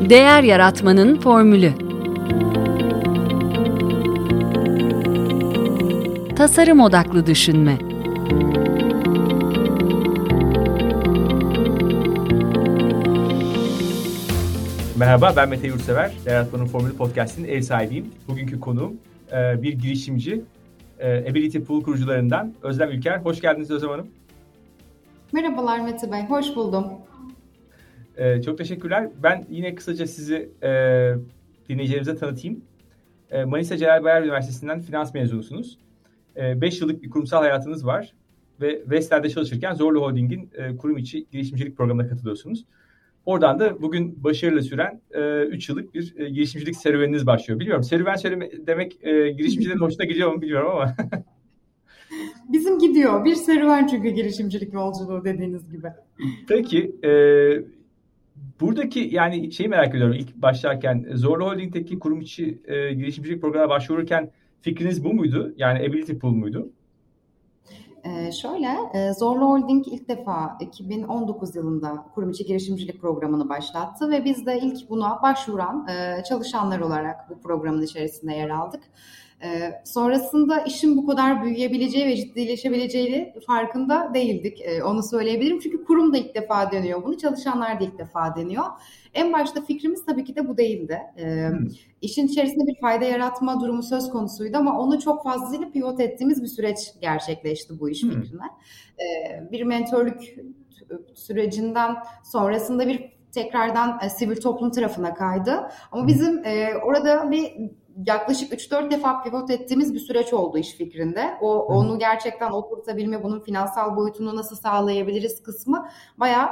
Değer yaratmanın formülü. Tasarım odaklı düşünme. Merhaba, ben Mete Yurtsever. Değer Yaratmanın Formülü Podcast'inin ev sahibiyim. Bugünkü konuğum bir girişimci, Ability Pool kurucularından Özlem Ülker. Hoş geldiniz Özlem Hanım. Merhabalar Mete Bey, hoş buldum. Çok teşekkürler. Ben yine kısaca sizi dinleyicilerimize tanıtayım. Manisa Celal Bayar Üniversitesi'nden finans mezunusunuz. 5 yıllık bir kurumsal hayatınız var ve Vestel'de çalışırken Zorlu Holding'in kurum içi girişimcilik programına katılıyorsunuz. Oradan da bugün başarıyla süren 3 yıllık bir girişimcilik serüveniniz başlıyor. Bilmiyorum, serüven demek girişimcilerin hoşuna gidiyor mu bilmiyorum ama. Bizim gidiyor. Bir serüven çünkü girişimcilik yolculuğu dediğiniz gibi. Peki, buradaki yani şeyi merak ediyorum. İlk başlarken Zorlu Holding'deki kurum içi girişimcilik programına başvururken fikriniz bu muydu? Yani Ability Pool muydu? Zorlu Holding ilk defa 2019 yılında kurum içi girişimcilik programını başlattı ve biz de ilk buna başvuran çalışanlar olarak bu programın içerisinde yer aldık. Sonrasında işin bu kadar büyüyebileceği ve ciddileşebileceğini farkında değildik. Onu söyleyebilirim. Çünkü kurum da ilk defa deniyor bunu, çalışanlar da ilk defa deniyor. En başta fikrimiz tabii ki de bu değildi. İşin içerisinde bir fayda yaratma durumu söz konusuydu ama onu çok fazlasıyla pivot ettiğimiz bir süreç gerçekleşti bu iş fikrine. Bir mentörlük sürecinden sonrasında bir tekrardan sivil toplum tarafına kaydı. Ama bizim orada yaklaşık 3-4 defa pivot ettiğimiz bir süreç oldu iş fikrinde. Onu gerçekten oturtabilme, bunun finansal boyutunu nasıl sağlayabiliriz kısmı bayağı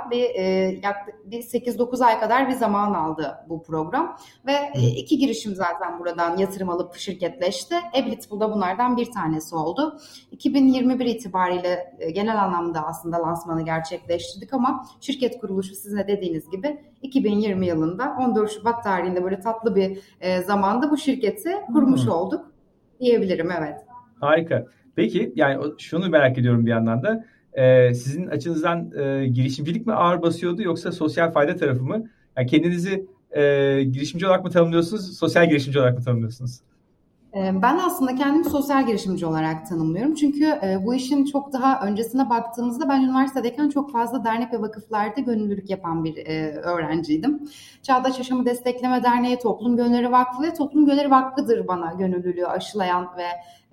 bir 8-9 ay kadar bir zaman aldı bu program. Ve 2 girişim zaten buradan yatırım alıp şirketleşti. Ability Pool da bunlardan bir tanesi oldu. 2021 itibariyle genel anlamda aslında lansmanı gerçekleştirdik ama şirket kuruluşu sizin de dediğiniz gibi 2020 yılında 14 Şubat tarihinde böyle tatlı bir zamanda bu şirketi kurmuş olduk diyebilirim, evet. Harika. Peki yani şunu merak ediyorum bir yandan da sizin açınızdan girişimcilik mi ağır basıyordu yoksa sosyal fayda tarafı mı? Yani kendinizi girişimci olarak mı tanımlıyorsunuz, sosyal girişimci olarak mı tanımlıyorsunuz? Ben aslında kendimi sosyal girişimci olarak tanımlıyorum. Çünkü bu işin çok daha öncesine baktığımızda ben üniversitedeyken çok fazla dernek ve vakıflarda gönüllülük yapan bir öğrenciydim. Çağdaş Yaşamı Destekleme Derneği, Toplum Gönülleri Vakfı ve Toplum Gönülleri Vakfı'dır bana gönüllülüğü aşılayan ve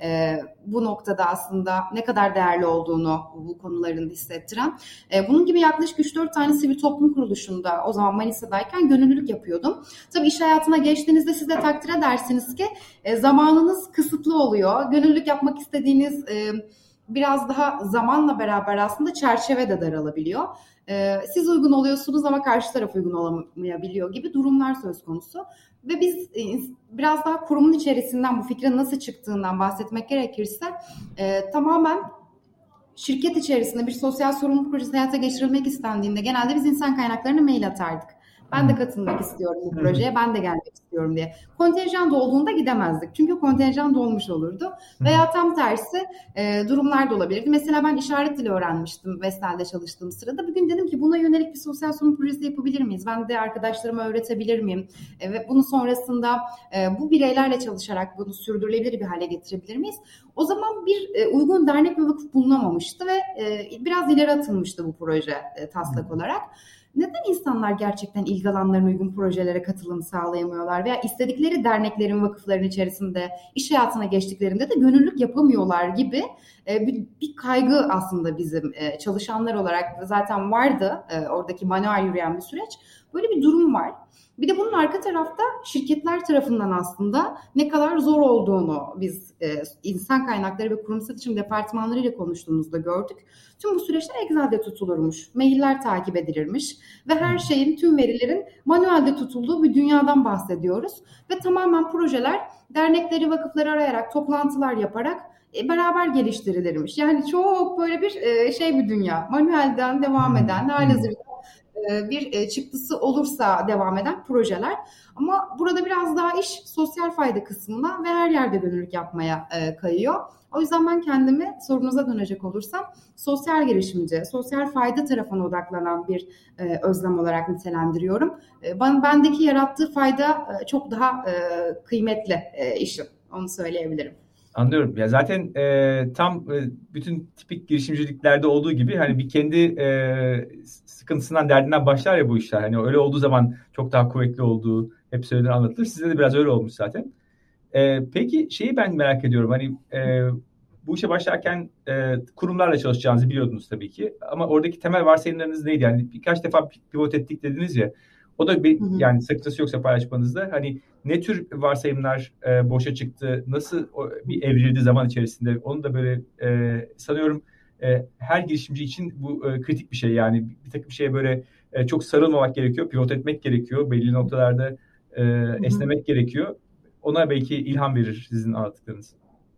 bu noktada aslında ne kadar değerli olduğunu bu konuların hissettiren. Bunun gibi yaklaşık 3-4 tane sivil toplum kuruluşunda o zaman Manisa'dayken gönüllülük yapıyordum. Tabii iş hayatına geçtiğinizde siz de takdir edersiniz ki zamanınız kısıtlı oluyor. Gönüllülük yapmak istediğiniz biraz daha zamanla beraber aslında çerçeve de daralabiliyor. Siz uygun oluyorsunuz ama karşı taraf uygun olamayabiliyor gibi durumlar söz konusu. Ve biz biraz daha kurumun içerisinden bu fikrin nasıl çıktığından bahsetmek gerekirse tamamen şirket içerisinde bir sosyal sorumluluk projesi hayata geçirilmek istendiğinde genelde biz insan kaynaklarına mail atardık. Ben de katılmak istiyorum bu projeye, ben de gelmek istiyorum diye. Kontenjan dolduğunda gidemezdik. Çünkü kontenjan dolmuş olurdu. Veya tam tersi durumlar da olabilirdi. Mesela ben işaret dili öğrenmiştim Vestel'de çalıştığım sırada. Bugün dedim ki buna yönelik bir sosyal sorumluluk projesi yapabilir miyiz? Ben de arkadaşlarıma öğretebilir miyim? Ve bunun sonrasında bu bireylerle çalışarak bunu sürdürülebilir bir hale getirebilir miyiz? O zaman bir uygun dernek ve vakıf bulunamamıştı ve biraz ileri atılmıştı bu proje taslak olarak. Neden insanlar gerçekten ilgi alanlarına uygun projelere katılım sağlayamıyorlar veya istedikleri derneklerin, vakıfların içerisinde iş hayatına geçtiklerinde de gönüllülük yapamıyorlar gibi bir kaygı aslında bizim çalışanlar olarak zaten vardı. Oradaki manuel yürüyen bir süreç. Böyle bir durum var. Bir de bunun arka tarafta şirketler tarafından aslında ne kadar zor olduğunu biz insan kaynakları ve kurumsal iletişim departmanlarıyla konuştuğumuzda gördük. Tüm bu süreçler Excel'de tutulurmuş, mailler takip edilirmiş ve her şeyin, tüm verilerin manuelde tutulduğu bir dünyadan bahsediyoruz. Ve tamamen projeler dernekleri, vakıfları arayarak, toplantılar yaparak beraber geliştirilirmiş. Yani çok böyle bir bir dünya, manuelden devam eden, halihazırda bir çıktısı olursa devam eden projeler. Ama burada biraz daha iş sosyal fayda kısmına ve her yerde gönüllülük yapmaya kayıyor. O yüzden ben kendimi, sorunuza dönecek olursam, sosyal girişimci, sosyal fayda tarafına odaklanan bir özlem olarak nitelendiriyorum. Bendeki yarattığı fayda çok daha kıymetli işim. Onu söyleyebilirim. Anlıyorum. Ya zaten tam bütün tipik girişimciliklerde olduğu gibi hani bir kendi sıkıntısından, derdinden başlar ya bu işler. Hani öyle olduğu zaman çok daha kuvvetli olduğu hep söylenir, anlatılır. Sizde de biraz öyle olmuş zaten. Peki şeyi ben merak ediyorum. Hani bu işe başlarken kurumlarla çalışacağınızı biliyordunuz tabii ki. Ama oradaki temel varsayımlarınız neydi? Yani birkaç defa pivot ettik dediniz ya. O da yani sakıncası yoksa paylaşmanızda. Hani ne tür varsayımlar boşa çıktı? Nasıl bir evrildi zaman içerisinde? Onu da böyle sanıyorum her girişimci için bu kritik bir şey. Yani bir takım şeye böyle çok sarılmamak gerekiyor. Pivot etmek gerekiyor. Belli noktalarda esnemek gerekiyor. Ona belki ilham verir sizin anlattıklarınız.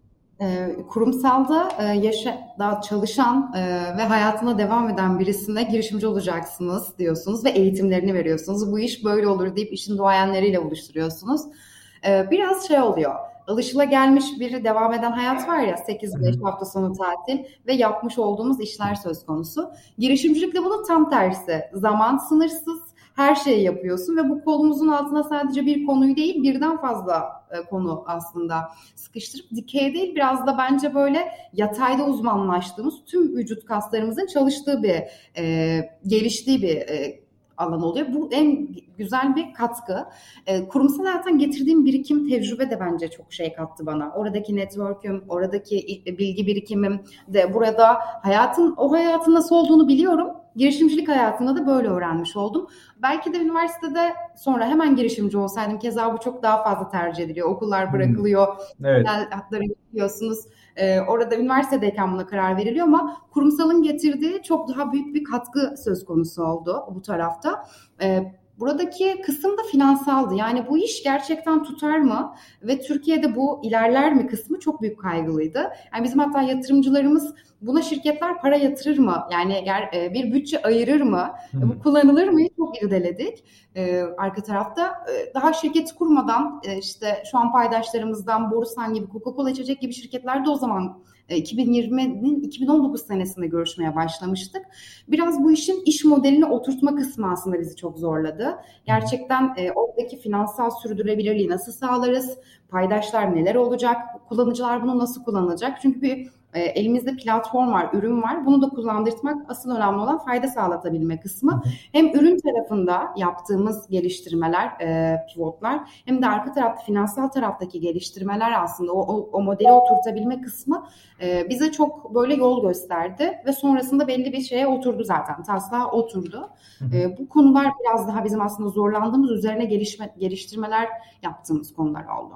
Kurumsalda daha çalışan ve hayatına devam eden birisine girişimci olacaksınız diyorsunuz ve eğitimlerini veriyorsunuz. Bu iş böyle olur deyip işin duayenleriyle buluşturuyorsunuz. Biraz şey oluyor. Alışılagelmiş bir devam eden hayat var ya, 8-5 hafta sonu tatil ve yapmış olduğumuz işler söz konusu. Girişimcilikle bunun tam tersi. Zaman sınırsız, her şeyi yapıyorsun ve bu kolumuzun altına sadece bir konuyu değil birden fazla konu aslında sıkıştırıp dikey değil, biraz da bence böyle yatayda uzmanlaştığımız, tüm vücut kaslarımızın çalıştığı bir geliştiği bir alan oluyor. Bu en güzel bir katkı. Kurumsal hayattan getirdiğim birikim, tecrübe de bence çok şey kattı bana. Oradaki network'üm, oradaki bilgi birikimim de burada o hayatın nasıl olduğunu biliyorum. Girişimcilik hayatında da böyle öğrenmiş oldum. Belki de üniversitede sonra hemen girişimci olsaydım, keza bu çok daha fazla tercih ediliyor. Okullar bırakılıyor, evet. Hakları yapıyorsunuz. Orada üniversitedeyken buna karar veriliyor ama kurumsalın getirdiği çok daha büyük bir katkı söz konusu oldu bu tarafta. Buradaki kısım da finansaldı. Yani bu iş gerçekten tutar mı ve Türkiye'de bu ilerler mi kısmı çok büyük kaygılıydı. Yani bizim hatta yatırımcılarımız, buna şirketler para yatırır mı? Yani bir bütçe ayırır mı? Bu kullanılır mı? Çok irdeledik. Arka tarafta daha şirket kurmadan işte şu an paydaşlarımızdan Borusan gibi, Coca-Cola içecek gibi şirketler de o zaman 2020'nin 2019 senesinde görüşmeye başlamıştık. Biraz bu işin iş modelini oturtma kısmı aslında bizi çok zorladı. Gerçekten oradaki finansal sürdürülebilirliği nasıl sağlarız? Paydaşlar neler olacak? Kullanıcılar bunu nasıl kullanacak? Çünkü bir elimizde platform var, ürün var. Bunu da kullandırtmak asıl önemli olan fayda sağlatabilme kısmı. Hem ürün tarafında yaptığımız geliştirmeler, pivotlar, hem de arka tarafta finansal taraftaki geliştirmeler, aslında o modeli oturtabilme kısmı bize çok böyle yol gösterdi ve sonrasında belli bir şeye oturdu zaten. Taslağa oturdu. Bu konular biraz daha bizim aslında zorlandığımız, üzerine geliştirmeler yaptığımız konular oldu.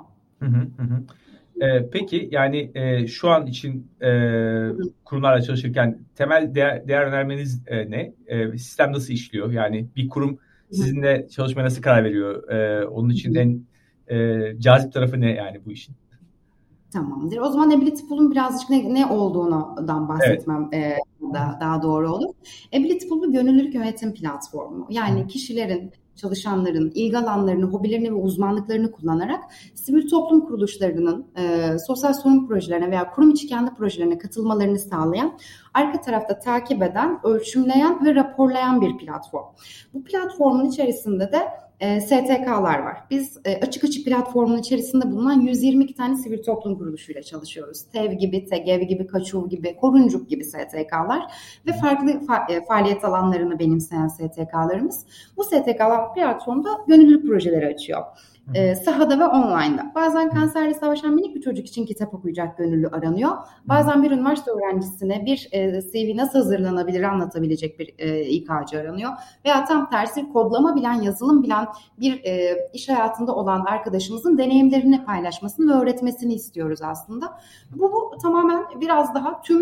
Peki yani şu an için kurumlarla çalışırken temel değer önermeniz ne? Sistem nasıl işliyor? Yani bir kurum sizinle çalışmaya nasıl karar veriyor? Onun için en cazip tarafı ne yani bu işin? Tamamdır. O zaman Ability Pool'un birazcık ne olduğundan bahsetmem daha doğru olur. Ability Pool bir gönüllülük yönetim platformu. Yani kişilerin, çalışanların ilgi alanlarını, hobilerini ve uzmanlıklarını kullanarak sivil toplum kuruluşlarının sosyal sorun projelerine veya kurum içi kendi projelerine katılmalarını sağlayan, arka tarafta takip eden, ölçümleyen ve raporlayan bir platform. Bu platformun içerisinde de STK'lar var. Biz açık platformun içerisinde bulunan 122 tane sivil toplum kuruluşuyla çalışıyoruz. TEV gibi, TEGEV gibi, KAÇUV gibi, Koruncuk gibi STK'lar ve farklı faaliyet alanlarını benimseyen STK'larımız. Bu STK'lar platformda gönüllülük projeleri açıyor. Sahada ve online'da. Bazen kanserle savaşan minik bir çocuk için kitap okuyacak gönüllü aranıyor. Bazen bir üniversite öğrencisine bir CV nasıl hazırlanabilir anlatabilecek bir İK'cı aranıyor. Veya tam tersi, kodlama bilen, yazılım bilen bir iş hayatında olan arkadaşımızın deneyimlerini paylaşmasını ve öğretmesini istiyoruz aslında. Bu tamamen biraz daha tüm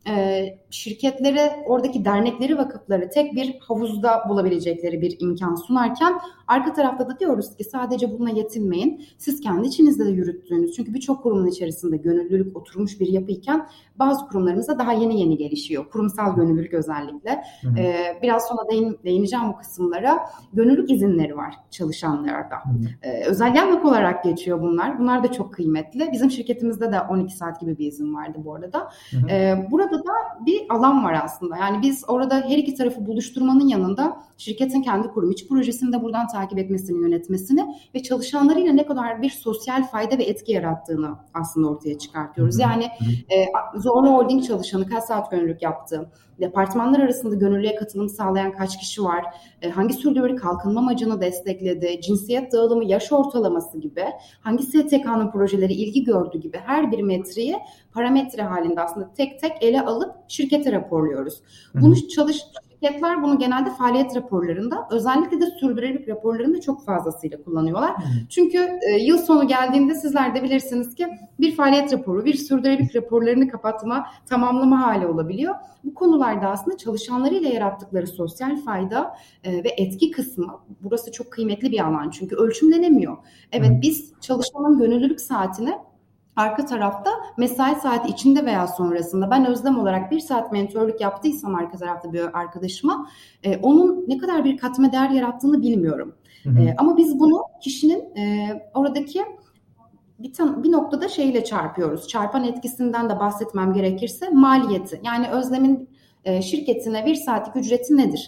şirketlere, oradaki dernekleri, vakıfları tek bir havuzda bulabilecekleri bir imkan sunarken arka tarafta da diyoruz ki sadece bununla yetinmeyin. Siz kendi içinizde de yürüttüğünüz, çünkü birçok kurumun içerisinde gönüllülük oturmuş bir yapıyken bazı kurumlarımızda daha yeni gelişiyor. Kurumsal gönüllülük özellikle. Biraz sonra değineceğim bu kısımlara. Gönüllülük izinleri var çalışanlarda. Özel yalnız olarak geçiyor bunlar. Bunlar da çok kıymetli. Bizim şirketimizde de 12 saat gibi bir izin vardı bu arada. Burada da bir alan var aslında. Yani biz orada her iki tarafı buluşturmanın yanında şirketin kendi kurum içi projesini de buradan takip etmesini, yönetmesini ve çalışanlarıyla ne kadar bir sosyal fayda ve etki yarattığını aslında ortaya çıkartıyoruz. Yani Zorlu Holding çalışanı kaç saat gönüllülük yaptı? Departmanlar arasında gönüllüye katılım sağlayan kaç kişi var? Hangi sürdürülebilir kalkınma amacını destekledi? Cinsiyet dağılımı, yaş ortalaması gibi, hangi STK'nın projeleri ilgi gördü gibi her bir metriyi parametre halinde aslında tek tek ele alıp şirkete raporluyoruz. Bunu şirketler bunu genelde faaliyet raporlarında, özellikle de sürdürülebilirlik raporlarında çok fazlasıyla kullanıyorlar. Çünkü yıl sonu geldiğinde sizler de bilirsiniz ki bir faaliyet raporu, bir sürdürülebilirlik raporlarını kapatma, tamamlama hali olabiliyor. Bu konularda aslında çalışanlarıyla yarattıkları sosyal fayda ve etki kısmı, burası çok kıymetli bir alan çünkü ölçümlenemiyor. Evet, biz çalışanın gönüllülük saatini arka tarafta mesai saati içinde veya sonrasında ben özlem olarak 1 saat mentörlük yaptıysam arka tarafta bir arkadaşıma onun ne kadar bir katma değer yarattığını bilmiyorum. Ama biz bunu kişinin oradaki bir noktada şeyle çarpıyoruz. Çarpan etkisinden de bahsetmem gerekirse maliyeti. Yani Özlem'in şirketine 1 saatlik ücreti nedir?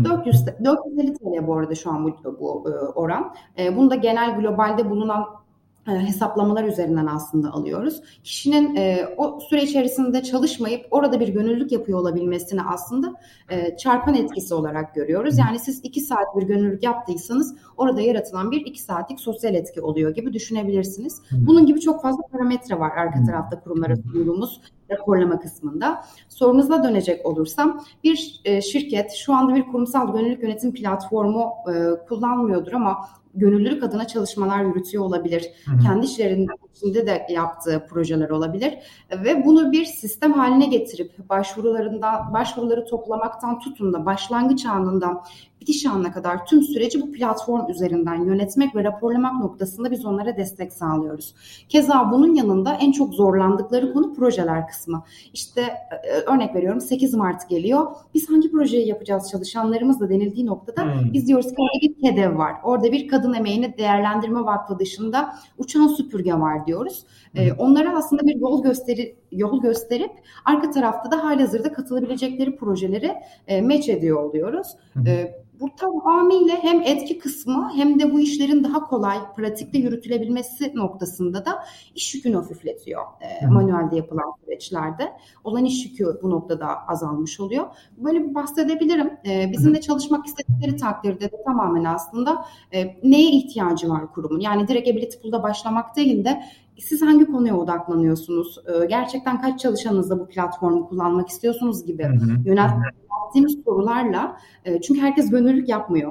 450 TL bu arada şu an bu oran. Bunu da genel globalde bulunan hesaplamalar üzerinden aslında alıyoruz. Kişinin o süre içerisinde çalışmayıp orada bir gönüllülük yapıyor olabilmesini aslında çarpan etkisi olarak görüyoruz. Yani siz 2 saat bir gönüllülük yaptıysanız orada yaratılan bir 2 saatlik sosyal etki oluyor gibi düşünebilirsiniz. Bunun gibi çok fazla parametre var arka tarafta kurumlara sunduğumuz raporlama kısmında. Sorunuza dönecek olursam, bir şirket şu anda bir kurumsal gönüllülük yönetim platformu kullanmıyordur ama gönüllülük adına çalışmalar yürütüyor olabilir. Kendi işlerinin içinde de yaptığı projeler olabilir. Ve bunu bir sistem haline getirip başvuruları toplamaktan tutun da başlangıç anından bitiş anına kadar tüm süreci bu platform üzerinden yönetmek ve raporlamak noktasında biz onlara destek sağlıyoruz. Keza bunun yanında en çok zorlandıkları konu projeler kısmı. İşte örnek veriyorum, 8 Mart geliyor. Biz hangi projeyi yapacağız çalışanlarımızla denildiği noktada biz diyoruz ki orada bir KEDEV var. Orada bir kadın emeğini değerlendirme vakfı dışında uçan süpürge var diyoruz. Onlara aslında bir yol gösterip arka tarafta da halihazırda katılabilecekleri projeleri match ediyor oluyoruz. Bu tamamıyla hem etki kısmı hem de bu işlerin daha kolay, pratikte yürütülebilmesi noktasında da iş yükünü hafifletiyor. Manuelde yapılan süreçlerde olan iş yükü bu noktada azalmış oluyor. Böyle bir bahsedebilirim. Bizimle çalışmak istedikleri takdirde de tamamen aslında neye ihtiyacı var kurumun? Yani direkt Ability Pool'da başlamak değil de siz hangi konuya odaklanıyorsunuz? Gerçekten kaç çalışanınızla bu platformu kullanmak istiyorsunuz gibi yönelttiğimiz sorularla, çünkü herkes gönüllülük yapmıyor.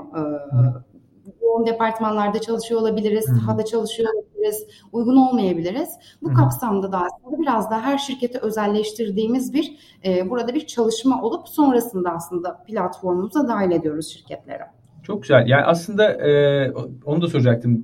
Yoğun departmanlarda çalışıyor olabiliriz, sahada çalışıyor olabiliriz, uygun olmayabiliriz. Bu kapsamda da aslında biraz da her şirketi özelleştirdiğimiz burada bir çalışma olup sonrasında aslında platformumuza dahil ediyoruz şirketlere. Çok güzel. Yani aslında onu da soracaktım.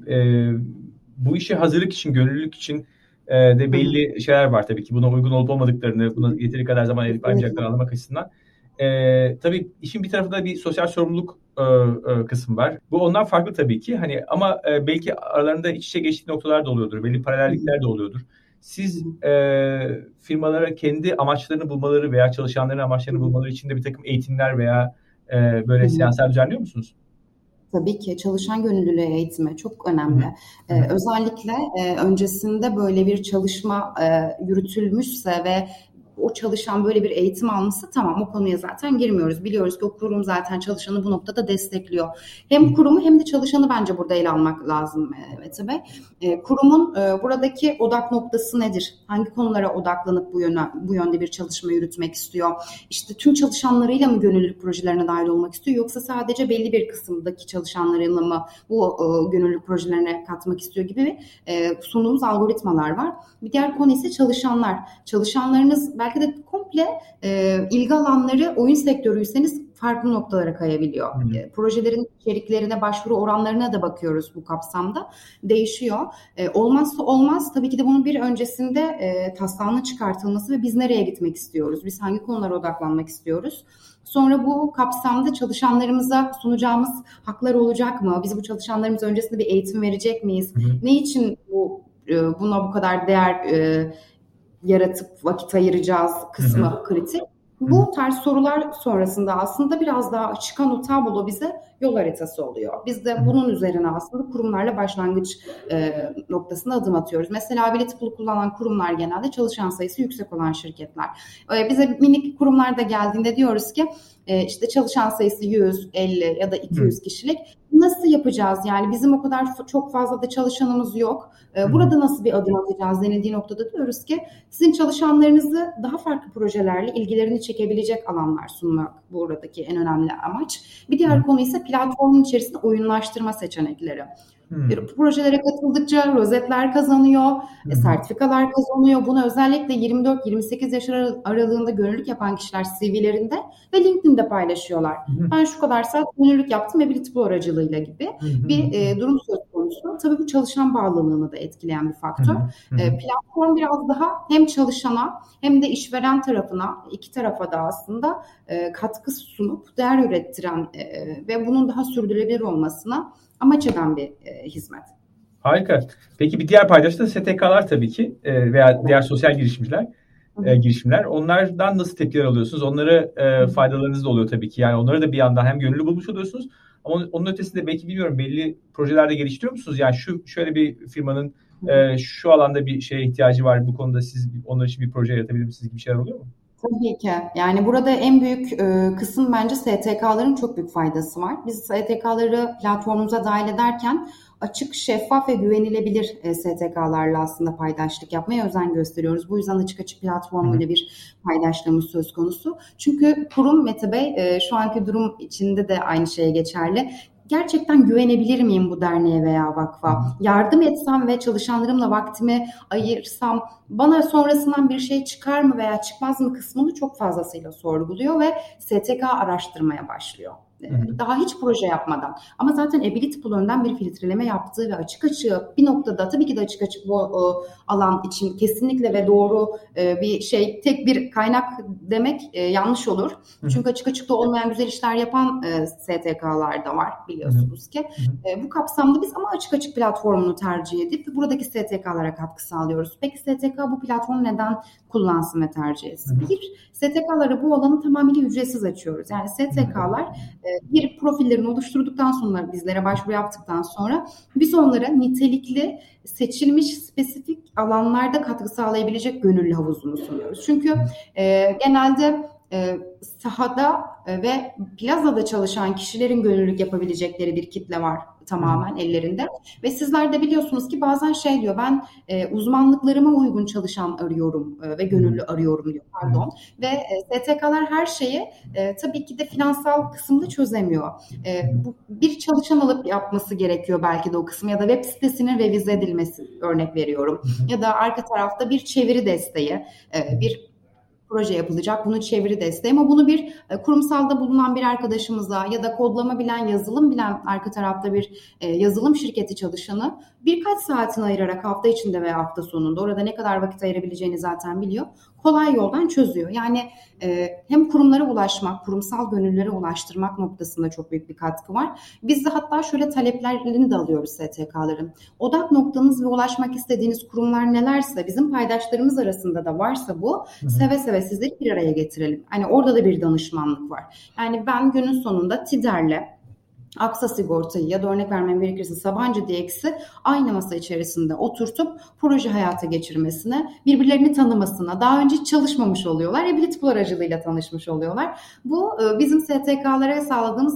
Bu işe hazırlık için, gönüllülük için de belli şeyler var tabii ki. Buna uygun olup olmadıklarını, buna yeteri kadar zaman ayırıp ayırmayacaklarını anlamak açısından. Tabii işin bir tarafında bir sosyal sorumluluk kısmı var. Bu ondan farklı tabii ki. Ama belki aralarında iç içe geçtiği noktalar da oluyordur. Belli paralellikler de oluyordur. Siz firmalara kendi amaçlarını bulmaları veya çalışanların amaçlarını bulmaları için de bir takım eğitimler veya böyle seanslar düzenliyor musunuz? Tabii ki çalışan gönüllülüğü eğitimi çok önemli. Özellikle öncesinde böyle bir çalışma yürütülmüşse ve o çalışan böyle bir eğitim almışsa tamam, o konuya zaten girmiyoruz. Biliyoruz ki o kurum zaten çalışanı bu noktada destekliyor. Hem kurumu hem de çalışanı bence burada ele almak lazım Mete Bey. Kurumun buradaki odak noktası nedir? Hangi konulara odaklanıp bu yönde bir çalışma yürütmek istiyor? İşte tüm çalışanlarıyla mı gönüllülük projelerine dahil olmak istiyor? Yoksa sadece belli bir kısımdaki çalışanlarıyla mı bu gönüllülük projelerine katmak istiyor gibi sunduğumuz algoritmalar var. Bir diğer konu ise çalışanlar. Çalışanlarınız belki de komple ilgi alanları oyun sektörüyseniz farklı noktalara kayabiliyor. Projelerin içeriklerine, başvuru oranlarına da bakıyoruz bu kapsamda. Değişiyor. Olmazsa olmaz tabii ki de bunun bir öncesinde taslağının çıkartılması ve biz nereye gitmek istiyoruz? Biz hangi konulara odaklanmak istiyoruz? Sonra bu kapsamda çalışanlarımıza sunacağımız haklar olacak mı? Biz bu çalışanlarımıza öncesinde bir eğitim verecek miyiz? Ne için buna bu kadar değer yaratıp vakit ayıracağız kısmı kritik. Bu tarz sorular sonrasında aslında biraz daha çıkan o tablo bize yol haritası oluyor. Biz de bunun üzerine aslında kurumlarla başlangıç noktasına adım atıyoruz. Mesela Ability Pool'u kullanan kurumlar genelde çalışan sayısı yüksek olan şirketler. Bize minik kurumlar da geldiğinde diyoruz ki işte çalışan sayısı 100, 50 ya da 200 kişilik. Nasıl yapacağız? Yani bizim o kadar çok fazla da çalışanımız yok. Burada nasıl bir adım atacağız denildiği noktada diyoruz ki sizin çalışanlarınızı daha farklı projelerle ilgilerini çekebilecek alanlar sunmak buradaki en önemli amaç. Bir diğer konu ise platformun içerisinde oyunlaştırma seçenekleri. Projelere katıldıkça rozetler kazanıyor, sertifikalar kazanıyor. Bunu özellikle 24-28 yaş aralığında gönüllülük yapan kişiler CV'lerinde ve LinkedIn'de paylaşıyorlar. Ben şu kadar saat gönüllülük yaptım Ability Pool aracılığıyla gibi bir durum söz konusu. Tabii bu çalışan bağlılığını da etkileyen bir faktör. Platform biraz daha hem çalışana hem de işveren tarafına, iki tarafa da aslında katkı sunup değer ürettiren ve bunun daha sürdürülebilir olmasına amaç eden bir hizmet. Harika. Peki bir diğer paydaş da STK'lar tabii ki veya diğer sosyal girişimler. Onlardan nasıl tepkiler alıyorsunuz? Onlara faydalarınız da oluyor tabii ki. Yani onları da bir yandan hem gönüllü bulmuş oluyorsunuz ama onun ötesinde belki bilmiyorum belli projelerde geliştiriyor musunuz? Yani şöyle bir firmanın şu alanda bir şeye ihtiyacı var. Bu konuda siz onlar için bir proje yaratabilir misiniz gibi bir şeyler oluyor mu? Tabii ki. Yani burada en büyük kısım bence STK'ların çok büyük faydası var. Biz STK'ları platformumuza dahil ederken açık, şeffaf ve güvenilebilir STK'larla aslında paydaşlık yapmaya özen gösteriyoruz. Bu yüzden açık platformuyla bir paydaşlığımız söz konusu. Çünkü kurum Mete Bey şu anki durum içinde de aynı şeye geçerli. Gerçekten güvenebilir miyim bu derneğe veya vakfa? Yardım etsem ve çalışanlarımla vaktimi ayırsam bana sonrasından bir şey çıkar mı veya çıkmaz mı kısmını çok fazlasıyla sorguluyor ve STK araştırmaya başlıyor. Daha hiç proje yapmadan. Ama zaten Ability Pool önden bir filtreleme yaptığı ve açık bir noktada tabii ki de açık bu alan için kesinlikle ve doğru bir şey, tek bir kaynak demek yanlış olur. Çünkü açıkta olmayan güzel işler yapan STK'lar da var biliyorsunuz ki. Bu kapsamda biz ama açık platformunu tercih edip buradaki STK'lara katkı sağlıyoruz. Peki STK bu platformu neden kullansın ve tercih etsin? STK'lara bu alanı tamamıyla ücretsiz açıyoruz. Yani STK'lar bir profillerini oluşturduktan sonra bizlere başvuru yaptıktan sonra biz onlara nitelikli seçilmiş spesifik alanlarda katkı sağlayabilecek gönüllü havuzunu sunuyoruz. Çünkü genelde sahada ve plazada çalışan kişilerin gönüllülük yapabilecekleri bir kitle var tamamen ellerinde. Ve sizler de biliyorsunuz ki bazen şey diyor, ben uzmanlıklarıma uygun çalışan arıyorum ve gönüllü arıyorum diyor. Ve STK'lar her şeyi tabii ki de finansal kısımda çözemiyor. Bir çalışan alıp yapması gerekiyor belki de o kısmı ya da web sitesinin revize edilmesi, örnek veriyorum. Ya da arka tarafta bir çeviri desteği, bir proje yapılacak. Bunun çeviri desteği ama bunu bir kurumsalda bulunan bir arkadaşımıza ya da kodlama bilen, yazılım bilen arka tarafta bir yazılım şirketi çalışanı birkaç saatini ayırarak hafta içinde veya hafta sonunda orada ne kadar vakit ayırabileceğini zaten biliyor. Kolay yoldan çözüyor. Yani hem kurumlara ulaşmak, kurumsal gönüllülere ulaştırmak noktasında çok büyük bir katkı var. Biz de hatta şöyle taleplerini de alıyoruz STK'ların. Odak noktanız ve ulaşmak istediğiniz kurumlar nelerse bizim paydaşlarımız arasında da varsa bu seve seve sizleri bir araya getirelim. Hani orada da bir danışmanlık var. Yani ben günün sonunda TİDER'le Aksa Sigorta'yı ya da örnek vermem gerekirse Sabancı DX'i aynı masa içerisinde oturtup proje hayata geçirmesine, birbirlerini tanımasına, daha önce hiç çalışmamış oluyorlar. Ability Pool aracılığıyla tanışmış oluyorlar. Bu bizim STK'lara sağladığımız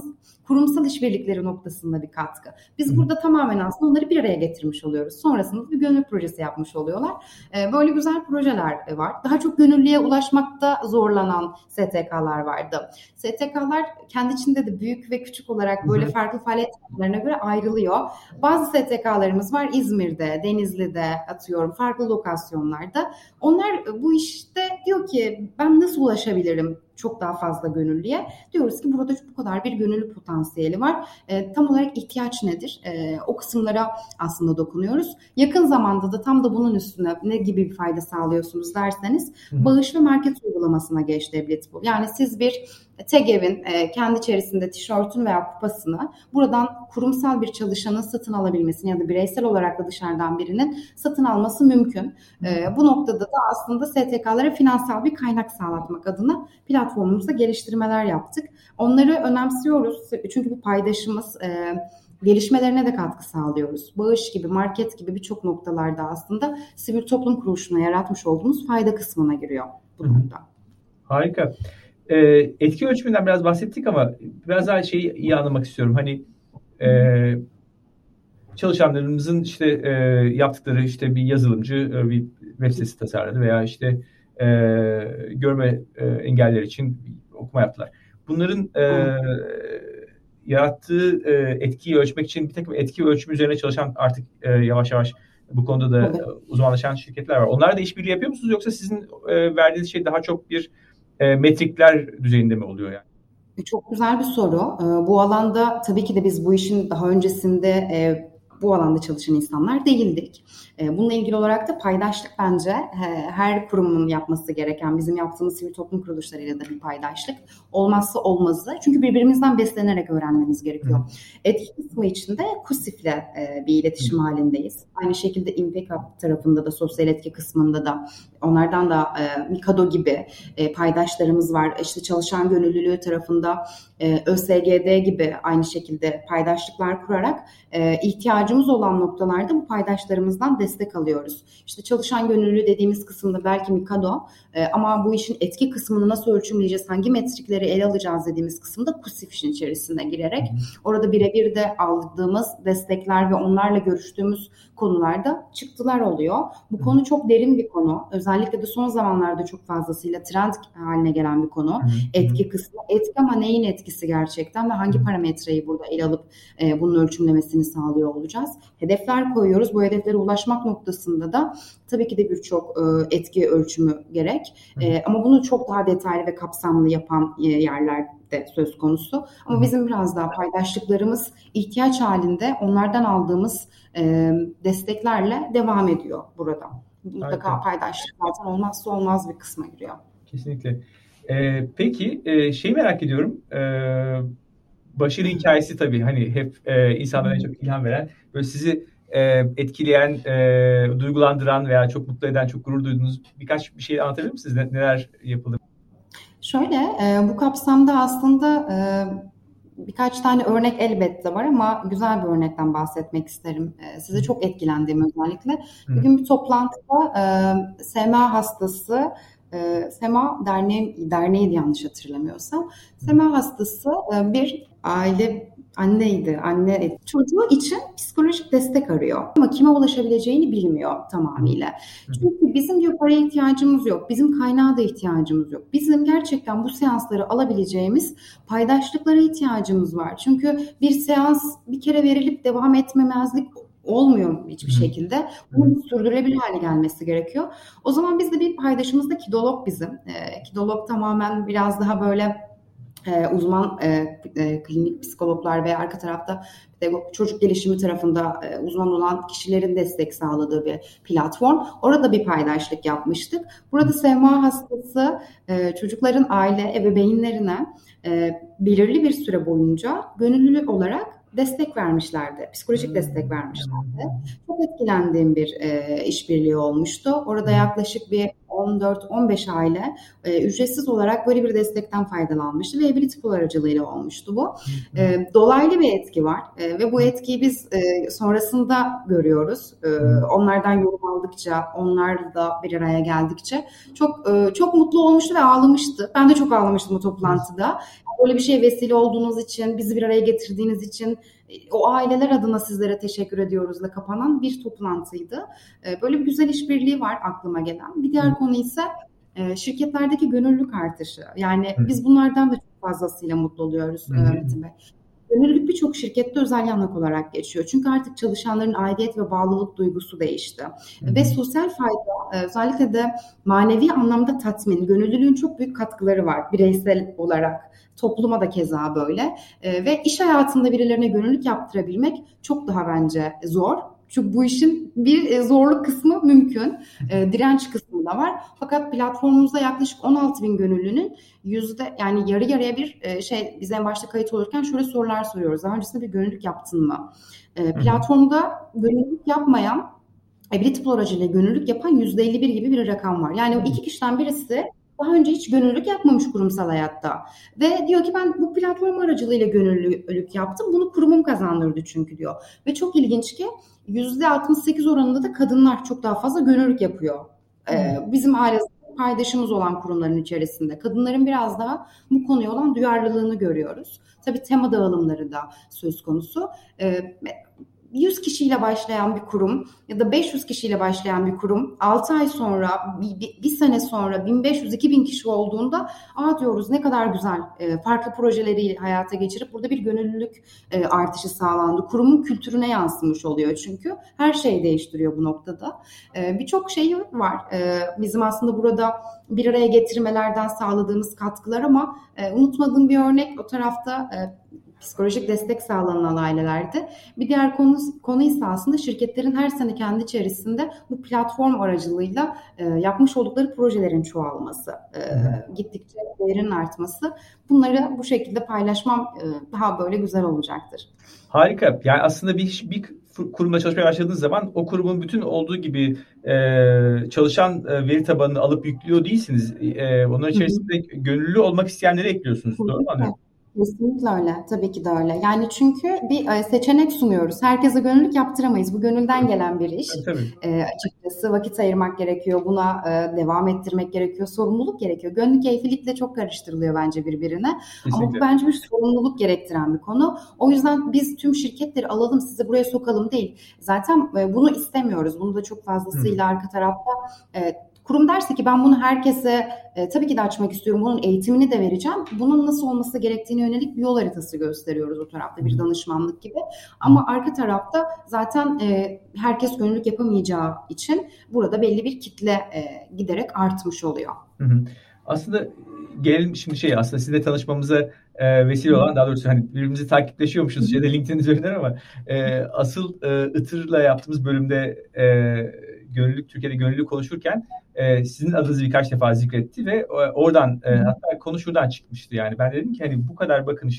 kurumsal işbirlikleri noktasında bir katkı. Biz burada tamamen aslında onları bir araya getirmiş oluyoruz. Sonrasında bir gönüllü projesi yapmış oluyorlar. Böyle güzel projeler var. Daha çok gönüllüye ulaşmakta zorlanan STK'lar vardı. STK'lar kendi içinde de büyük ve küçük olarak böyle farklı faaliyet alanlarına göre ayrılıyor. Bazı STK'larımız var İzmir'de, Denizli'de, atıyorum farklı lokasyonlarda. Onlar bu işte diyor ki ben nasıl ulaşabilirim çok daha fazla gönüllüye? Diyoruz ki burada bu kadar bir gönüllü potansiyeli var. Tam olarak ihtiyaç nedir? O kısımlara aslında dokunuyoruz. Yakın zamanda da tam da bunun üstüne ne gibi bir fayda sağlıyorsunuz derseniz bağış ve market uygulamasına geçti Blitzpool. Yani siz bir TEGEV'in kendi içerisinde tişörtün veya kupasını buradan kurumsal bir çalışanın satın alabilmesini ya da bireysel olarak da dışarıdan birinin satın alması mümkün. Bu noktada da aslında STK'lara finansal bir kaynak sağlatmak adına platformumuzda geliştirmeler yaptık. Onları önemsiyoruz çünkü bir paydaşımız, gelişmelerine de katkı sağlıyoruz. Bağış gibi, market gibi birçok noktalarda aslında sivil toplum kuruluşuna yaratmış olduğumuz fayda kısmına giriyor bu nokta. Harika. Etki ölçümünden biraz bahsettik ama biraz daha şeyi iyi anlamak istiyorum. Hani çalışanlarımızın işte yaptıkları işte bir yazılımcı bir web sitesi tasarladı veya işte görme engelliler için okuma yaptılar. Bunların yarattığı etkiyi ölçmek için bir takım etki ölçümü üzerine çalışan artık yavaş yavaş bu konuda da uzmanlaşan şirketler var. Onlar da işbirliği yapıyor musunuz yoksa sizin verdiğiniz şey daha çok bir metrikler düzeyinde mi oluyor yani? Çok güzel bir soru. Bu alanda tabii ki de biz bu işin daha öncesinde bu alanda çalışan insanlar değildik. Bununla ilgili olarak da paydaşlık bence her kurumun yapması gereken, bizim yaptığımız sivil toplum kuruluşlarıyla da bir paydaşlık. Olmazsa olmazı. Çünkü birbirimizden beslenerek öğrenmemiz gerekiyor. Etki kısmı içinde KUSİF'le bir iletişim halindeyiz. Aynı şekilde Impact Hub tarafında da sosyal etki kısmında da onlardan da Mikado gibi paydaşlarımız var. İşte çalışan gönüllülüğü tarafında ÖSGD gibi aynı şekilde paydaşlıklar kurarak ihtiyacımız olan noktalarda bu paydaşlarımızdan destek alıyoruz. İşte çalışan gönüllülüğü dediğimiz kısımda belki Mikado ama bu işin etki kısmını nasıl ölçümleyeceğiz, hangi metrikleri ele alacağız dediğimiz kısımda KUSİF işin içerisine girerek orada birebir de aldığımız destekler ve onlarla görüştüğümüz konularda çıktılar oluyor. Bu konu çok derin bir konu. Özellikle de son zamanlarda çok fazlasıyla trend haline gelen bir konu. Etki kısmı. Etki ama neyin etkisi gerçekten ve hangi parametreyi burada ele alıp bunun ölçümlemesini sağlıyor olacağız. Hedefler koyuyoruz. Bu hedeflere ulaşmak noktasında da tabii ki de birçok etki ölçümü gerek. Ama bunu çok daha detaylı ve kapsamlı yapan yerler de söz konusu. Ama bizim biraz daha paydaşlıklarımız ihtiyaç halinde onlardan aldığımız desteklerle devam ediyor burada. Mutlaka paydaşlık zaten olmazsa olmaz bir kısma giriyor. Kesinlikle. Peki şeyi merak ediyorum. Başarı hikayesi tabii hani hep insanlara en çok ilham veren, böyle sizi etkileyen, duygulandıran veya çok mutlu eden, çok gurur duyduğunuz birkaç bir şey anlatabilir misiniz? Neler yapıldı? Şöyle, bu kapsamda aslında birkaç tane örnek elbette var ama güzel bir örnekten bahsetmek isterim. Size çok etkilendiğim özellikle. Bir gün bir toplantıda SMA hastası, SMA derneğiydi yanlış hatırlamıyorsam. SMA hastası bir anneydi. Anne çocuğu için psikolojik destek arıyor. Ama kime ulaşabileceğini bilmiyor tamamıyla. Çünkü bizim diyor paraya ihtiyacımız yok. Bizim kaynağa da ihtiyacımız yok. Bizim gerçekten bu seansları alabileceğimiz paydaşlıklara ihtiyacımız var. Çünkü bir seans bir kere verilip devam etmemezlik olmuyor hiçbir şekilde. Bunun sürdürülebilir hale gelmesi gerekiyor. O zaman biz de bir paydaşımız da Kidolog bizim. Kidolog tamamen biraz daha böyle uzman klinik psikologlar ve arka tarafta çocuk gelişimi tarafında uzman olan kişilerin destek sağladığı bir platform. Orada bir paydaşlık yapmıştık. Burada SMA hastası çocukların aile ebeveynlerine belirli bir süre boyunca gönüllü olarak destek vermişlerdi. Psikolojik destek vermişlerdi. Çok etkilendiğim bir işbirliği olmuştu. Orada yaklaşık bir 14-15 aile ücretsiz olarak böyle bir destekten faydalanmıştı ve Ability aracılığıyla olmuştu bu. Dolaylı bir etki var ve bu etkiyi biz sonrasında görüyoruz. Onlardan yorum aldıkça, onlar da bir araya geldikçe çok mutlu olmuştu ve ağlamıştı. Ben de çok ağlamıştım o toplantıda. Böyle bir şeye vesile olduğunuz için, bizi bir araya getirdiğiniz için o aileler adına sizlere teşekkür ediyoruzla kapanan bir toplantıydı. Böyle bir güzel işbirliği var aklıma gelen. Bir diğer konu ise şirketlerdeki gönüllülük artışı. Yani biz bunlardan da çok fazlasıyla mutlu oluyoruz Metin Bey. Gönüllülük birçok şirkette özel yanak olarak geçiyor. Çünkü artık çalışanların aidiyet ve bağlılık duygusu değişti. Ve sosyal fayda, özellikle de manevi anlamda tatmin, gönüllülüğün çok büyük katkıları var bireysel olarak. Topluma da keza böyle. Ve iş hayatında birilerine gönüllülük yaptırabilmek çok daha bence zor. Çünkü bu işin bir zorluk kısmı mümkün. Direnç kısmı da var. Fakat platformumuzda yaklaşık 16.000 gönüllünün yani yarı yarıya bir biz en başta kayıt olurken şöyle sorular soruyoruz. Daha öncesinde bir gönüllülük yaptın mı? Platformda gönüllülük yapmayan, Abilitypool aracıyla gönüllülük yapan %51 gibi bir rakam var. Yani o 2 kişiden birisi daha önce hiç gönüllülük yapmamış kurumsal hayatta. Ve diyor ki ben bu platform aracılığıyla gönüllülük yaptım. Bunu kurumum kazandırdı çünkü diyor. Ve çok ilginç ki %68 oranında da kadınlar çok daha fazla gönüllülük yapıyor. Bizim aile paydaşımız olan kurumların içerisinde. Kadınların biraz daha bu konuya olan duyarlılığını görüyoruz. Tabii tema dağılımları da söz konusu. 100 kişiyle başlayan bir kurum ya da 500 kişiyle başlayan bir kurum 6 ay sonra, bir sene sonra 1500-2000 kişi olduğunda diyoruz ne kadar güzel farklı projeleri hayata geçirip burada bir gönüllülük artışı sağlandı. Kurumun kültürüne yansımış oluyor çünkü her şey değiştiriyor bu noktada. Birçok şey var. Bizim aslında burada bir araya getirmelerden sağladığımız katkılar ama unutmadığım bir örnek o tarafta psikolojik destek sağlanan ailelerde. Bir diğer konu ise aslında şirketlerin her sene kendi içerisinde bu platform aracılığıyla yapmış oldukları projelerin çoğalması, gittikçe değerinin artması. Bunları bu şekilde paylaşmam daha böyle güzel olacaktır. Harika. Yani aslında bir kurumla çalışmaya başladığınız zaman o kurumun bütün olduğu gibi çalışan veri tabanını alıp yüklüyor değilsiniz. Onların içerisinde gönüllü olmak isteyenleri ekliyorsunuz. Doğru mu anlıyorum? Kesinlikle öyle. Tabii ki de öyle. Yani çünkü bir seçenek sunuyoruz. Herkese gönüllülük yaptıramayız. Bu gönülden gelen bir iş. Açıkçası vakit ayırmak gerekiyor. Buna devam ettirmek gerekiyor. Sorumluluk gerekiyor. Gönüllü keyfilikle çok karıştırılıyor bence birbirine. Kesinlikle. Ama bu bence bir sorumluluk gerektiren bir konu. O yüzden biz tüm şirketleri alalım, sizi buraya sokalım değil. Zaten bunu istemiyoruz. Bunu da çok fazlasıyla arka tarafta kurum derse ki ben bunu herkese tabii ki de açmak istiyorum. Bunun eğitimini de vereceğim. Bunun nasıl olması gerektiğine yönelik bir yol haritası gösteriyoruz o tarafta bir danışmanlık gibi. Ama arka tarafta zaten herkes gönüllülük yapamayacağı için burada belli bir kitle giderek artmış oluyor. Aslında gelelim şimdi aslında sizinle tanışmamıza vesile olan, daha doğrusu hani birbirimizi takipleşiyormuşuz LinkedIn üzerinden ama asıl Itır'la yaptığımız bölümde Türkiye'de gönüllülük konuşurken sizin adınızı birkaç defa zikretti ve oradan hatta konu şuradan çıkmıştı. Yani ben dedim ki hani bu kadar bakın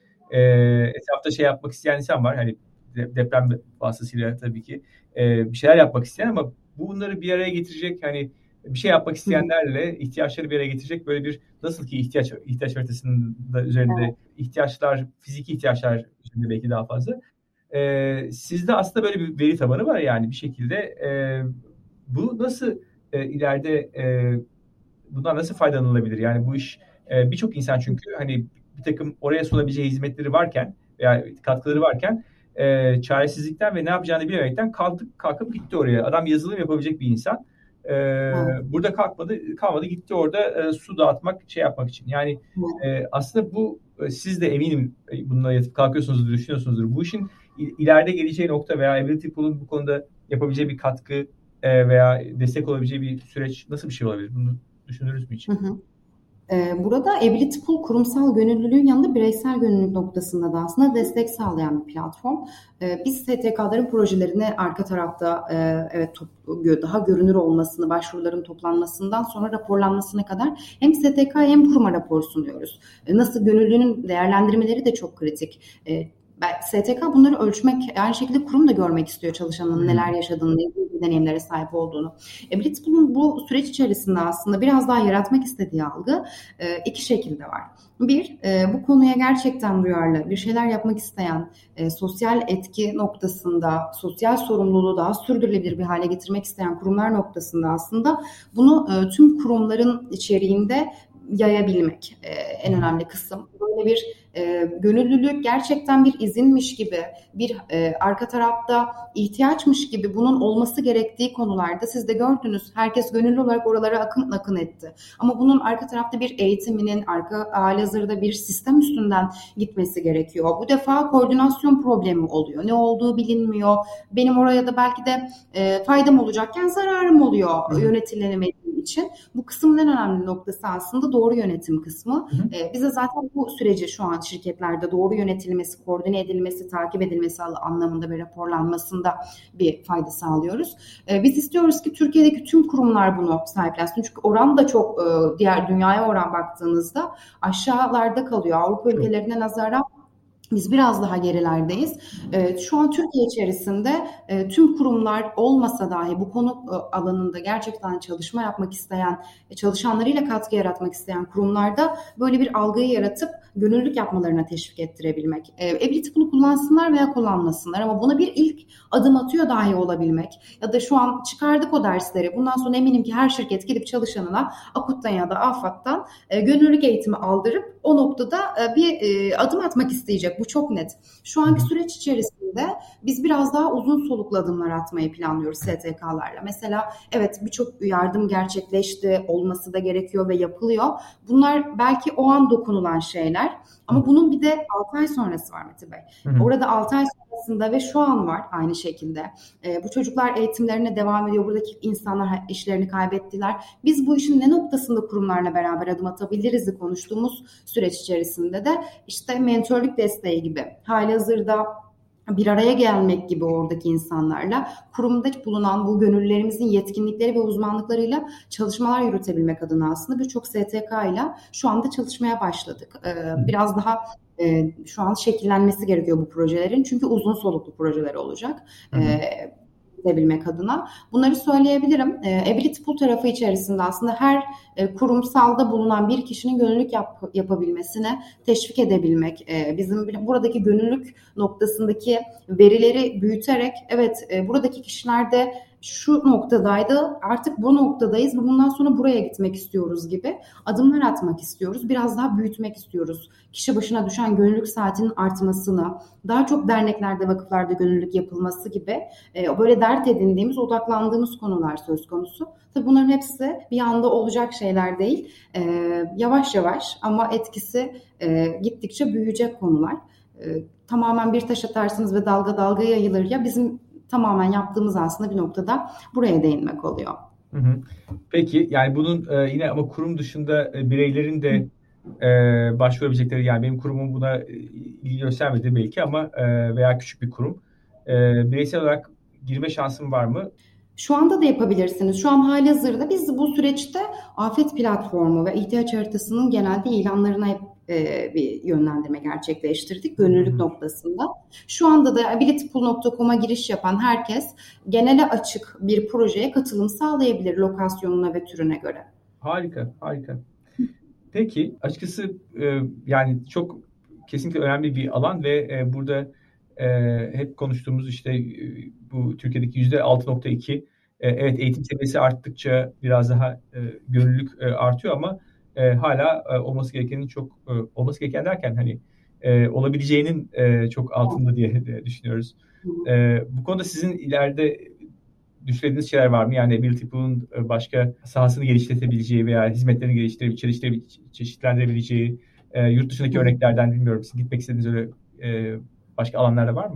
etrafta yapmak isteyen insan var. Hani deprem vasıtasıyla tabii ki bir şeyler yapmak isteyen ama bunları bir araya getirecek, hani bir şey yapmak isteyenlerle ihtiyaçları bir araya getirecek böyle bir, nasıl ki ihtiyaç haritasının da üzerinde ihtiyaçlar, fiziki ihtiyaçlar üzerinde belki daha fazla. Sizde aslında böyle bir veri tabanı var yani bir şekilde. Bu nasıl ileride bundan nasıl faydalanılabilir? Yani bu iş birçok insan çünkü hani bir takım oraya sunabileceği hizmetleri varken veya katkıları varken çaresizlikten ve ne yapacağını bilemekten kalkıp gitti oraya. Adam yazılım yapabilecek bir insan. Burada kalmadı gitti orada su dağıtmak, yapmak için. Yani aslında bu, siz de eminim bununla yatıp kalkıyorsunuzdur, düşünüyorsunuzdur. Bu işin ileride geleceği nokta veya Abilitypool'un bu konuda yapabileceği bir katkı veya destek olabileceği bir süreç nasıl bir şey olabilir? Bunu düşünürüz mü hiç? Burada Abilitypool kurumsal gönüllülüğün yanında bireysel gönüllülük noktasında da aslında destek sağlayan bir platform. Biz STK'ların projelerini arka tarafta daha görünür olmasını, başvuruların toplanmasından sonra raporlanmasına kadar hem STK hem kuruma rapor sunuyoruz. Nasıl gönüllülüğün değerlendirmeleri de çok kritik. STK bunları ölçmek, aynı şekilde kurum da görmek istiyor çalışanın neler yaşadığını, ne deneyimlere sahip olduğunu. Abilitypool'un bu süreç içerisinde aslında biraz daha yaratmak istediği algı iki şekilde var. Bir, bu konuya gerçekten duyarlı, bir şeyler yapmak isteyen, sosyal etki noktasında, sosyal sorumluluğu daha sürdürülebilir bir hale getirmek isteyen kurumlar noktasında aslında bunu tüm kurumların içeriğinde yayabilmek en önemli kısım. Böyle bir gönüllülük gerçekten bir izinmiş gibi, bir arka tarafta ihtiyaçmış gibi bunun olması gerektiği konularda siz de gördünüz. Herkes gönüllü olarak oralara akın etti. Ama bunun arka tarafta bir eğitiminin, halihazırda bir sistem üstünden gitmesi gerekiyor. Bu defa koordinasyon problemi oluyor. Ne olduğu bilinmiyor. Benim oraya da belki de faydam olacakken zararım oluyor yönetilemediği için. Bu kısmın en önemli noktası aslında doğru yönetim kısmı. Bize zaten bu süreci şu an şirketlerde doğru yönetilmesi, koordine edilmesi, takip edilmesi anlamında ve raporlanmasında bir fayda sağlıyoruz. Biz istiyoruz ki Türkiye'deki tüm kurumlar bunu sahiplensin. Çünkü oran da çok diğer dünyaya oran baktığınızda aşağılarda kalıyor. Avrupa ülkelerine nazaran biz biraz daha gerilerdeyiz. Şu an Türkiye içerisinde tüm kurumlar olmasa dahi bu konu alanında gerçekten çalışma yapmak isteyen, çalışanlarıyla katkı yaratmak isteyen kurumlarda böyle bir algıyı yaratıp gönüllülük yapmalarına teşvik ettirebilmek. Ability bunu kullansınlar veya kullanmasınlar ama buna bir ilk adım atıyor dahi olabilmek. Ya da şu an çıkardık o dersleri. Bundan sonra eminim ki her şirket gidip çalışanına AKUT'tan ya da AFAD'dan gönüllülük eğitimi aldırıp o noktada bir adım atmak isteyecek. Bu çok net. Şu anki süreç içerisinde biz biraz daha uzun soluklu adımlar atmayı planlıyoruz STK'larla. Mesela evet birçok yardım gerçekleşti, olması da gerekiyor ve yapılıyor. Bunlar belki o an dokunulan şeyler ama bunun bir de 6 ay sonrası var Mete Bey. Orada 6 ay sonrasında ve şu an var aynı şekilde. Bu çocuklar eğitimlerine devam ediyor. Buradaki insanlar işlerini kaybettiler. Biz bu işin ne noktasında kurumlarla beraber adım atabiliriz konuştuğumuz süreç içerisinde de işte mentörlük desteği gibi halihazırda bir araya gelmek gibi oradaki insanlarla kurumda bulunan bu gönüllülerimizin yetkinlikleri ve uzmanlıklarıyla çalışmalar yürütebilmek adına aslında birçok STK ile şu anda çalışmaya başladık. Biraz daha şu an şekillenmesi gerekiyor bu projelerin çünkü uzun soluklu projeler olacak. Edebilmek adına. Bunları söyleyebilirim. Ability Pool tarafı içerisinde aslında her kurumsalda bulunan bir kişinin gönüllülük yapabilmesine teşvik edebilmek. Bizim buradaki gönüllülük noktasındaki verileri büyüterek evet buradaki kişiler de şu noktadaydı artık bu noktadayız ve bundan sonra buraya gitmek istiyoruz gibi adımlar atmak istiyoruz. Biraz daha büyütmek istiyoruz. Kişi başına düşen gönüllülük saatinin artmasını, daha çok derneklerde, vakıflarda gönüllülük yapılması gibi böyle dert edindiğimiz, odaklandığımız konular söz konusu. Tabii bunların hepsi bir anda olacak şeyler değil. Yavaş yavaş ama etkisi gittikçe büyüyecek konular. Tamamen bir taş atarsınız ve dalga dalga yayılır ya bizim tamamen yaptığımız aslında bir noktada buraya değinmek oluyor. Peki yani bunun yine ama kurum dışında bireylerin de başvurabilecekleri yani benim kurumum buna ilgi göstermedi belki ama veya küçük bir kurum bireysel olarak girme şansım var mı? Şu anda da yapabilirsiniz. Şu an halihazırda biz bu süreçte afet platformu ve ihtiyaç haritasının genelde ilanlarına bir yönlendirme gerçekleştirdik gönüllülük noktasında. Şu anda da abilitypool.com'a giriş yapan herkes genele açık bir projeye katılım sağlayabilir lokasyonuna ve türüne göre. Harika. Peki açıkçası yani çok kesinlikle önemli bir alan ve burada hep konuştuğumuz işte bu Türkiye'deki %6.2 evet eğitim seviyesi arttıkça biraz daha gönüllülük artıyor ama hala olması gerekenin çok olması gereken derken hani olabileceğinin çok altında diye düşünüyoruz. Bu konuda sizin ileride düşündüğünüz şeyler var mı? Yani Ability Pool'un başka sahasını geliştirebileceği veya hizmetlerini çeşitlendirebileceği yurt dışındaki örneklerden bilmiyorum. Siz gitmek istediğiniz öyle başka alanlarda var mı?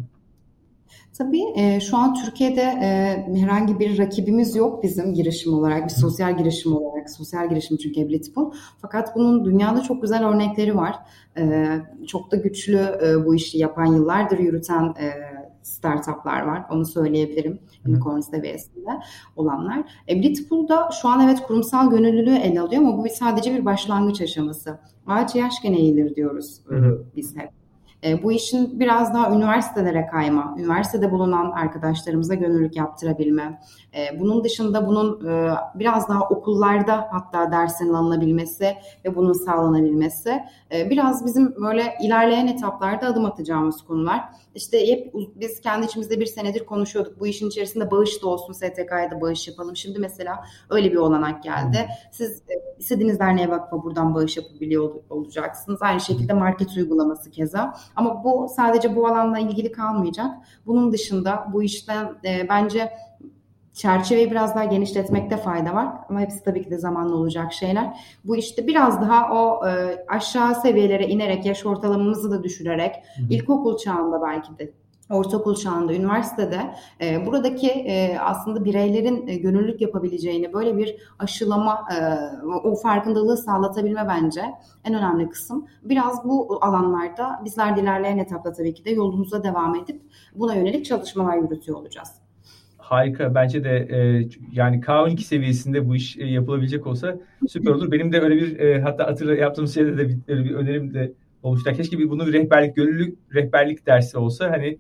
Tabii şu an Türkiye'de herhangi bir rakibimiz yok bizim girişim olarak, bir sosyal girişim olarak. Sosyal girişim çünkü Ability Pool. Fakat bunun dünyada çok güzel örnekleri var. Çok da güçlü bu işi yapan, yıllardır yürüten startuplar var. Onu söyleyebilirim. Unicorn seviyesinde olanlar. Ability Pool'da şu an evet kurumsal gönüllülüğü ele alıyor ama bu sadece bir başlangıç aşaması. Ağaç yaşken eğilir diyoruz biz hep. Bu işin biraz daha üniversitelere kayma, üniversitede bulunan arkadaşlarımıza gönüllülük yaptırabilme, bunun dışında bunun biraz daha okullarda hatta dersinin alınabilmesi ve bunun sağlanabilmesi biraz bizim böyle ilerleyen etaplarda adım atacağımız konular. İşte hep biz kendi içimizde bir senedir konuşuyorduk. Bu işin içerisinde bağış da olsun, STK'ya da bağış yapalım. Şimdi mesela öyle bir olanak geldi. Siz istediğiniz derneğe, vakfa buradan bağış yapabiliyor olacaksınız. Aynı şekilde market uygulaması keza. Ama bu sadece bu alanla ilgili kalmayacak. Bunun dışında bu işten bence çerçeveyi biraz daha genişletmekte fayda var. Ama hepsi tabii ki de zamanla olacak şeyler. Bu işte biraz daha o aşağı seviyelere inerek, yaş ortalamamızı da düşürerek, ilkokul çağında belki de, ortaokul çağında, üniversitede buradaki aslında bireylerin gönüllülük yapabileceğini, böyle bir aşılama, o farkındalığı sağlatabilme bence en önemli kısım. Biraz bu alanlarda bizler de ilerleyen etapta tabii ki de yolumuza devam edip buna yönelik çalışmalar yürütüyor olacağız. Harika. Bence de yani K12 seviyesinde bu iş yapılabilecek olsa süper olur. Benim de öyle bir hatta yaptığımız şeyde de öyle bir önerim de olmuştu. Keşke bunun bir gönüllü rehberlik dersi olsa. Hani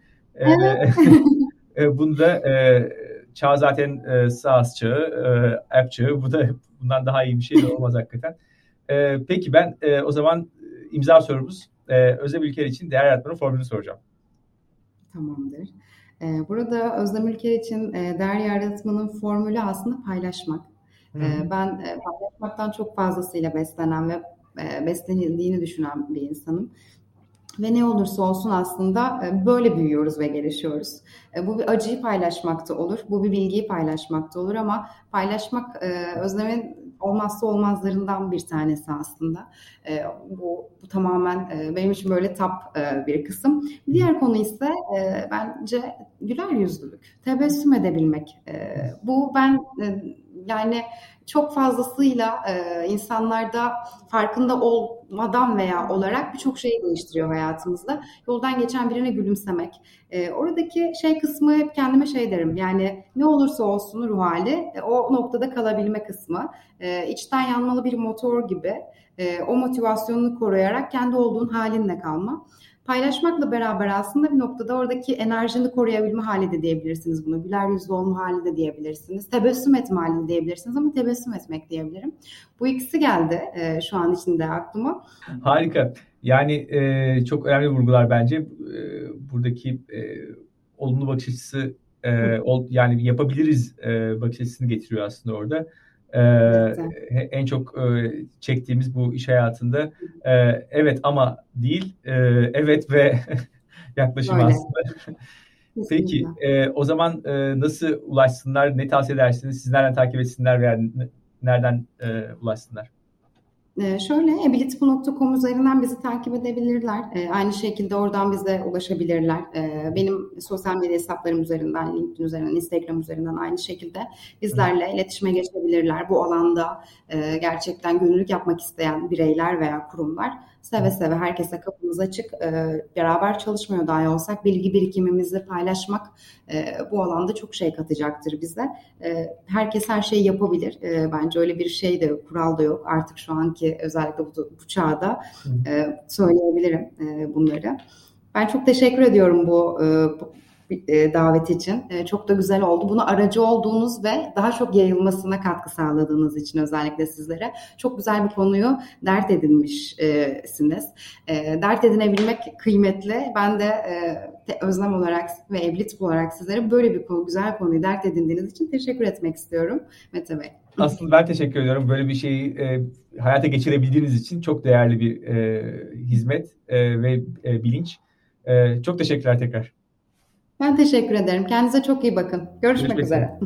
bunda çağ zaten SaaS çağı, app çağı. Bundan daha iyi bir şey de olmaz hakikaten. Peki ben o zaman imza sorumuz Özlem Ülker için değer yaratmanın formülünü soracağım. Tamamdır. Burada Özlem Ülker için değer yaratmanın formülü aslında paylaşmak. Ben paylaşmaktan çok fazlasıyla beslenen ve beslenildiğini düşünen bir insanım. Ve ne olursa olsun aslında böyle büyüyoruz ve gelişiyoruz. Bu bir acıyı paylaşmakta olur, bu bir bilgiyi paylaşmakta olur ama paylaşmak Özlem'in olmazsa olmazlarından bir tanesi aslında. Bu tamamen benim için böyle top bir kısım. Diğer konu ise bence güler yüzlülük, tebessüm edebilmek. Bu ben yani çok fazlasıyla insanlarda farkında olmadan veya olarak birçok şeyi değiştiriyor hayatımızda. Yoldan geçen birine gülümsemek. Oradaki kısmı hep kendime derim. Yani ne olursa olsun ruh hali o noktada kalabilme kısmı. İçten yanmalı bir motor gibi o motivasyonunu koruyarak kendi olduğun halinle kalma. Paylaşmakla beraber aslında bir noktada oradaki enerjini koruyabilme hali de diyebilirsiniz bunu. Güler yüzlü olma hali de diyebilirsiniz. Tebessüm etme hali de diyebilirsiniz ama tebessüm etmek diyebilirim. Bu ikisi geldi şu an içinde aklıma. Harika. Yani çok önemli vurgular bence. Buradaki olumlu bakış açısı yani yapabiliriz bakış açısını getiriyor aslında orada. En çok çektiğimiz bu iş hayatında evet ama değil, evet ve yaklaşım aslında. Peki o zaman nasıl ulaşsınlar, ne tavsiye edersiniz, siz nereden takip etsinler veya nereden ulaşsınlar? Şöyle ability.com üzerinden bizi takip edebilirler. Aynı şekilde oradan bize ulaşabilirler. Benim sosyal medya hesaplarım üzerinden, LinkedIn üzerinden, Instagram üzerinden aynı şekilde bizlerle iletişime geçebilirler. Bu alanda gerçekten gönüllülük yapmak isteyen bireyler veya kurumlar seve seve herkese kapımız açık. Beraber çalışmıyor dahi olsak bilgi birikimimizi paylaşmak bu alanda çok şey katacaktır bize. Herkes her şeyi yapabilir. Bence öyle bir şey de yok, kural da yok. Artık şu anki özellikle bu çağda söyleyebilirim bunları. Ben çok teşekkür ediyorum bu davet için. Çok da güzel oldu. Buna aracı olduğunuz ve daha çok yayılmasına katkı sağladığınız için özellikle sizlere çok güzel bir konuyu dert edinmişsiniz. Dert edinebilmek kıymetli. Ben de Özlem olarak ve Evlit olarak sizlere böyle bir güzel konuyu dert edindiğiniz için teşekkür etmek istiyorum Mete Bey. Aslında ben teşekkür ediyorum. Böyle bir şeyi hayata geçirebildiğiniz için çok değerli bir hizmet ve bilinç. Çok teşekkürler tekrar. Ben teşekkür ederim. Kendinize çok iyi bakın. Görüşmek üzere.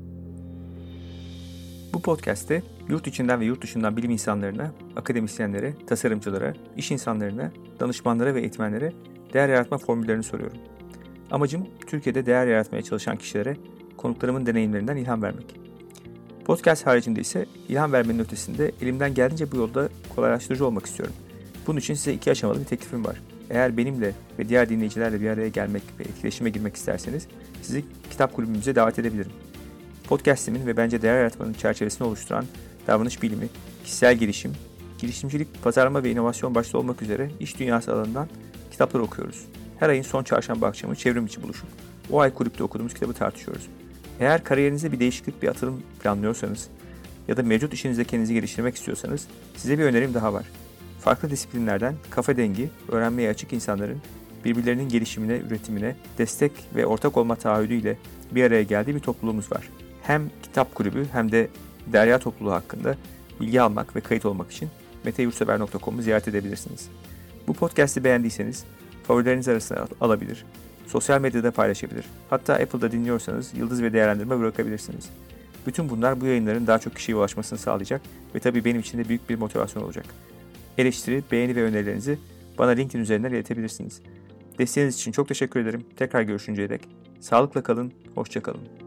Bu podcast'te yurt içinden ve yurt dışından bilim insanlarına, akademisyenlere, tasarımcılara, iş insanlarına, danışmanlara ve eğitmenlere değer yaratma formüllerini soruyorum. Amacım Türkiye'de değer yaratmaya çalışan kişilere konuklarımın deneyimlerinden ilham vermek. Podcast haricinde ise ilham vermenin ötesinde elimden geldiğince bu yolda kolaylaştırıcı olmak istiyorum. Bunun için size 2 aşamalı bir teklifim var. Eğer benimle ve diğer dinleyicilerle bir araya gelmek ve etkileşime girmek isterseniz sizi kitap kulübümüze davet edebilirim. Podcast'imin ve bence değer yaratmanın çerçevesini oluşturan davranış bilimi, kişisel gelişim, girişimcilik, pazarlama ve inovasyon başta olmak üzere iş dünyası alanından kitaplar okuyoruz. Her ayın son çarşamba akşamı çevrim içi buluşup o ay kulüpte okuduğumuz kitabı tartışıyoruz. Eğer kariyerinizde bir değişiklik, bir atılım planlıyorsanız ya da mevcut işinizde kendinizi geliştirmek istiyorsanız size bir önerim daha var. Farklı disiplinlerden kafa dengi, öğrenmeye açık insanların birbirlerinin gelişimine, üretimine destek ve ortak olma taahhüdüyle bir araya geldiği bir topluluğumuz var. Hem kitap kulübü hem de Derya topluluğu hakkında bilgi almak ve kayıt olmak için meteyurtsever.com'u ziyaret edebilirsiniz. Bu podcast'i beğendiyseniz favorileriniz arasına alabilir, sosyal medyada paylaşabilir, hatta Apple'da dinliyorsanız yıldız ve değerlendirme bırakabilirsiniz. Bütün bunlar bu yayınların daha çok kişiye ulaşmasını sağlayacak ve tabii benim için de büyük bir motivasyon olacak. Eleştiri, beğeni ve önerilerinizi bana LinkedIn üzerinden iletebilirsiniz. Desteğiniz için çok teşekkür ederim. Tekrar görüşünceye dek sağlıkla kalın, hoşça kalın.